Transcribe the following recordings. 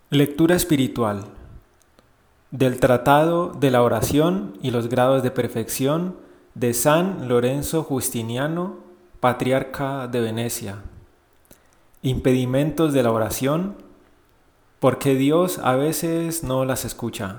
Lectura espiritual del Tratado de la Oración y los Grados de Perfección de San Lorenzo Justiniano, Patriarca de Venecia. Impedimentos de la oración, porque Dios a veces no las escucha.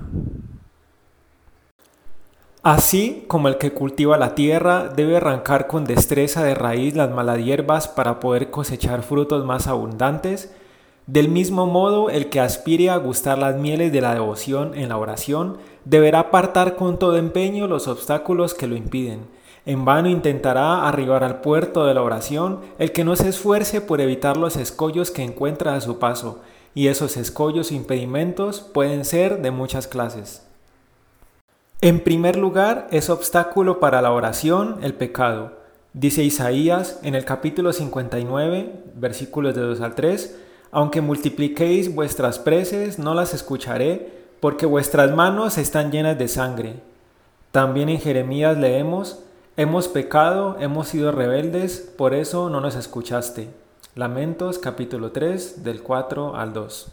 Así como el que cultiva la tierra debe arrancar con destreza de raíz las malas hierbas para poder cosechar frutos más abundantes, del mismo modo el que aspire a gustar las mieles de la devoción en la oración deberá apartar con todo empeño los obstáculos que lo impiden. En vano intentará arribar al puerto de la oración el que no se esfuerce por evitar los escollos que encuentra a su paso, y esos escollos o impedimentos pueden ser de muchas clases. En primer lugar, es obstáculo para la oración el pecado. Dice Isaías en el capítulo 59, versículos de 2 al 3, aunque multipliquéis vuestras preces, no las escucharé, porque vuestras manos están llenas de sangre. También en Jeremías leemos, hemos pecado, hemos sido rebeldes, por eso no nos escuchaste. Lamentos capítulo 3, del 4 al 2.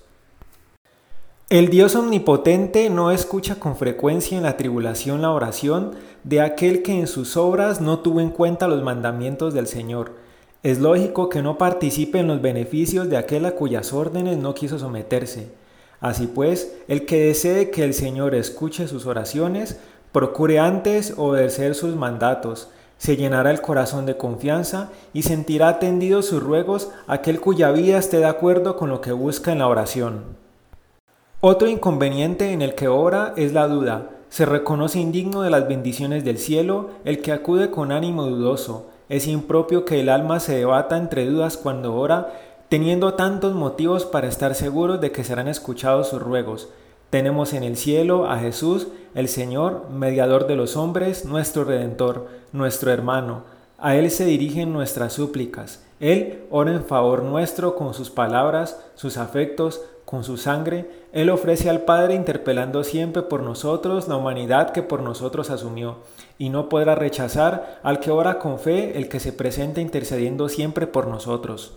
El Dios omnipotente no escucha con frecuencia en la tribulación la oración de aquel que en sus obras no tuvo en cuenta los mandamientos del Señor. Es lógico que no participe en los beneficios de aquel a cuyas órdenes no quiso someterse. Así pues, el que desee que el Señor escuche sus oraciones, procure antes obedecer sus mandatos, se llenará el corazón de confianza y sentirá atendidos sus ruegos aquel cuya vida esté de acuerdo con lo que busca en la oración. Otro inconveniente en el que ora es la duda. Se reconoce indigno de las bendiciones del cielo el que acude con ánimo dudoso. Es impropio que el alma se debata entre dudas cuando ora, teniendo tantos motivos para estar seguros de que serán escuchados sus ruegos. Tenemos en el cielo a Jesús, el Señor, mediador de los hombres, nuestro Redentor, nuestro hermano. A Él se dirigen nuestras súplicas. Él ora en favor nuestro con sus palabras, sus afectos, con su sangre. Él ofrece al Padre interpelando siempre por nosotros la humanidad que por nosotros asumió, y no podrá rechazar al que ora con fe, el que se presenta intercediendo siempre por nosotros.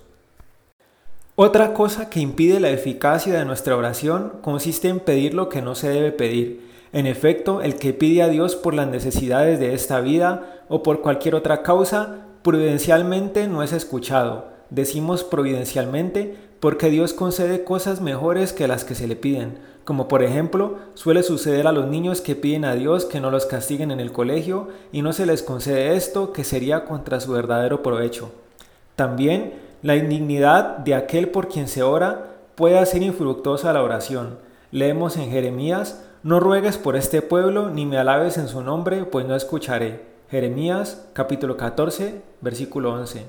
Otra cosa que impide la eficacia de nuestra oración consiste en pedir lo que no se debe pedir. En efecto, el que pide a Dios por las necesidades de esta vida o por cualquier otra causa, prudencialmente no es escuchado. Decimos providencialmente porque Dios concede cosas mejores que las que se le piden, como por ejemplo suele suceder a los niños que piden a Dios que no los castiguen en el colegio y no se les concede esto que sería contra su verdadero provecho. También la indignidad de aquel por quien se ora puede hacer infructuosa la oración. Leemos en Jeremías, no ruegues por este pueblo ni me alabes en su nombre, pues no escucharé. Jeremías capítulo 14, versículo 11.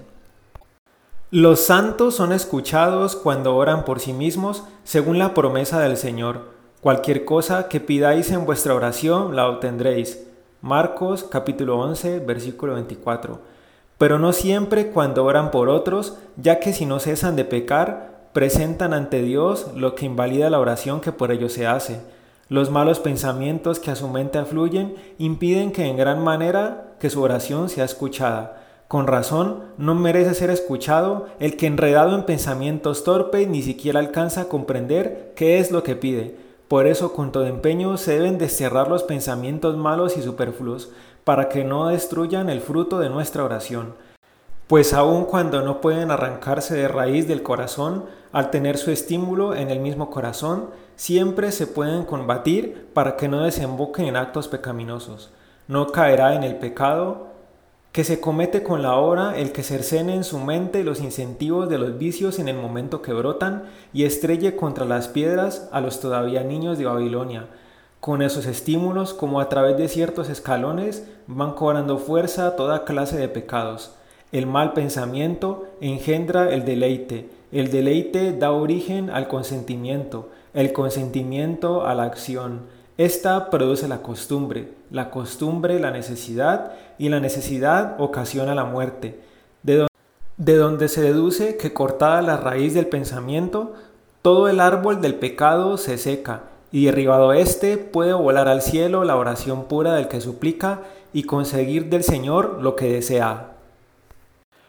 Los santos son escuchados cuando oran por sí mismos, según la promesa del Señor. Cualquier cosa que pidáis en vuestra oración la obtendréis. Marcos capítulo 11, versículo 24. Pero no siempre cuando oran por otros, ya que si no cesan de pecar, presentan ante Dios lo que invalida la oración que por ellos se hace. Los malos pensamientos que a su mente afluyen impiden que en gran manera que su oración sea escuchada. Con razón, no merece ser escuchado el que enredado en pensamientos torpes ni siquiera alcanza a comprender qué es lo que pide. Por eso, con todo empeño, se deben desterrar los pensamientos malos y superfluos, para que no destruyan el fruto de nuestra oración. Pues aun cuando no pueden arrancarse de raíz del corazón, al tener su estímulo en el mismo corazón, siempre se pueden combatir para que no desemboquen en actos pecaminosos. No caerá en el pecado que se comete con la hora el que cercene en su mente los incentivos de los vicios en el momento que brotan y estrelle contra las piedras a los todavía niños de Babilonia. Con esos estímulos, como a través de ciertos escalones, van cobrando fuerza toda clase de pecados. El mal pensamiento engendra el deleite da origen al consentimiento, el consentimiento a la acción. Esta produce la costumbre la necesidad, y la necesidad ocasiona la muerte, de donde se deduce que cortada la raíz del pensamiento, todo el árbol del pecado se seca, y derribado éste puede volar al cielo la oración pura del que suplica y conseguir del Señor lo que desea.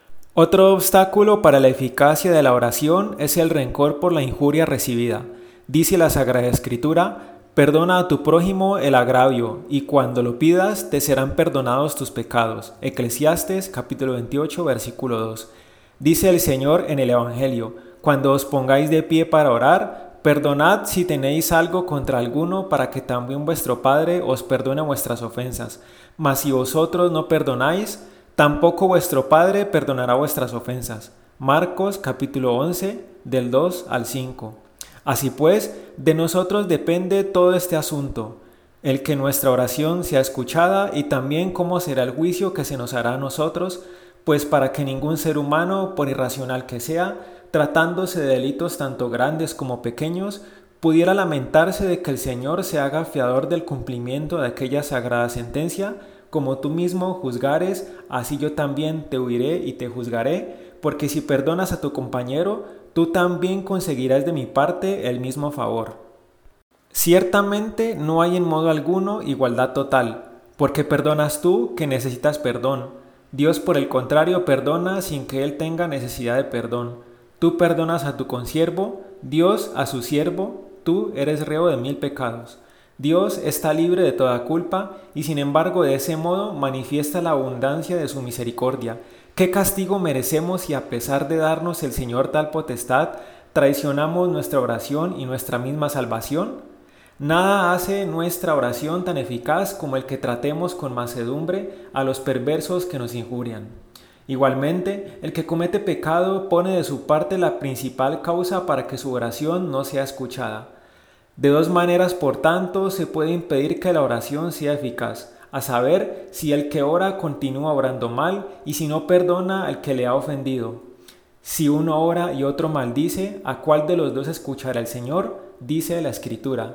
Otro obstáculo para la eficacia de la oración es el rencor por la injuria recibida. Dice la Sagrada Escritura: perdona a tu prójimo el agravio, y cuando lo pidas te serán perdonados tus pecados. Eclesiastes capítulo 28, versículo 2. Dice el Señor en el Evangelio: cuando os pongáis de pie para orar, perdonad si tenéis algo contra alguno, para que también vuestro Padre os perdone vuestras ofensas. Mas si vosotros no perdonáis, tampoco vuestro Padre perdonará vuestras ofensas. Marcos capítulo 11, del 2 al 5. Así pues, de nosotros depende todo este asunto, el que nuestra oración sea escuchada y también cómo será el juicio que se nos hará a nosotros, pues para que ningún ser humano, por irracional que sea, tratándose de delitos tanto grandes como pequeños, pudiera lamentarse de que el Señor se haga fiador del cumplimiento de aquella sagrada sentencia: como tú mismo juzgares, así yo también te huiré y te juzgaré, porque si perdonas a tu compañero, tú también conseguirás de mi parte el mismo favor. Ciertamente no hay en modo alguno igualdad total, porque perdonas tú que necesitas perdón. Dios, por el contrario, perdona sin que Él tenga necesidad de perdón. Tú perdonas a tu consiervo, Dios a su siervo, tú eres reo de 1000 pecados. Dios está libre de toda culpa y sin embargo de ese modo manifiesta la abundancia de su misericordia. ¿Qué castigo merecemos si a pesar de darnos el Señor tal potestad, traicionamos nuestra oración y nuestra misma salvación? Nada hace nuestra oración tan eficaz como el que tratemos con mansedumbre a los perversos que nos injurian. Igualmente, el que comete pecado pone de su parte la principal causa para que su oración no sea escuchada. De dos maneras, por tanto, se puede impedir que la oración sea eficaz, a saber, si el que ora continúa orando mal y si no perdona al que le ha ofendido. Si uno ora y otro maldice, ¿a cuál de los dos escuchará el Señor? Dice la Escritura.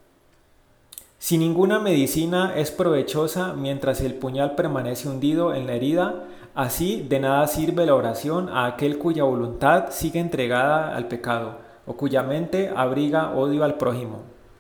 Si ninguna medicina es provechosa mientras el puñal permanece hundido en la herida, así de nada sirve la oración a aquel cuya voluntad sigue entregada al pecado, o cuya mente abriga odio al prójimo.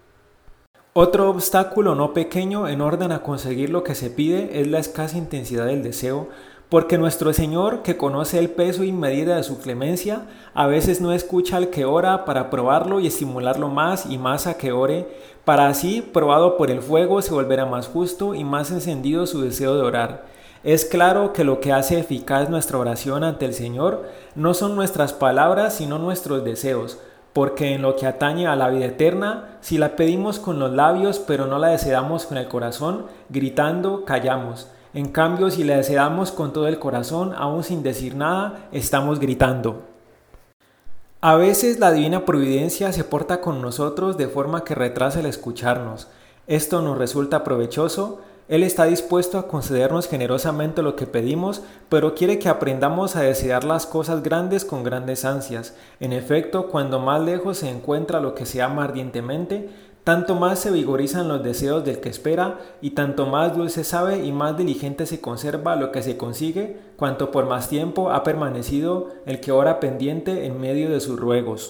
Otro obstáculo no pequeño en orden a conseguir lo que se pide es la escasa intensidad del deseo, porque nuestro Señor, que conoce el peso y medida de su clemencia, a veces no escucha al que ora para probarlo y estimularlo más y más a que ore, para así, probado por el fuego, se volverá más justo y más encendido su deseo de orar. Es claro que lo que hace eficaz nuestra oración ante el Señor no son nuestras palabras, sino nuestros deseos, porque en lo que atañe a la vida eterna, si la pedimos con los labios pero no la deseamos con el corazón, gritando, callamos. En cambio, si la deseamos con todo el corazón, aún sin decir nada, estamos gritando. A veces la divina providencia se porta con nosotros de forma que retrasa el escucharnos. Esto nos resulta provechoso. Él está dispuesto a concedernos generosamente lo que pedimos, pero quiere que aprendamos a desear las cosas grandes con grandes ansias. En efecto, cuando más lejos se encuentra lo que se ama ardientemente, tanto más se vigorizan los deseos del que espera, y tanto más dulce sabe y más diligente se conserva lo que se consigue, cuanto por más tiempo ha permanecido el que ora pendiente en medio de sus ruegos.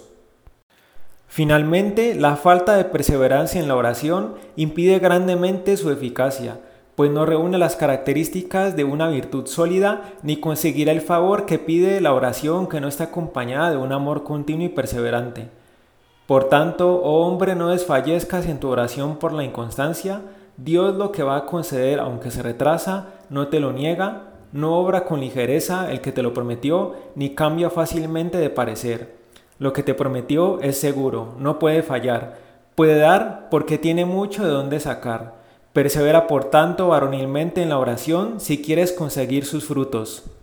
Finalmente, la falta de perseverancia en la oración impide grandemente su eficacia, pues no reúne las características de una virtud sólida, ni conseguirá el favor que pide la oración que no está acompañada de un amor continuo y perseverante. Por tanto, oh hombre, no desfallezcas en tu oración por la inconstancia. Dios lo que va a conceder, aunque se retrasa, no te lo niega, no obra con ligereza el que te lo prometió, ni cambia fácilmente de parecer. Lo que te prometió es seguro, no puede fallar, puede dar porque tiene mucho de dónde sacar. Persevera por tanto varonilmente en la oración si quieres conseguir sus frutos.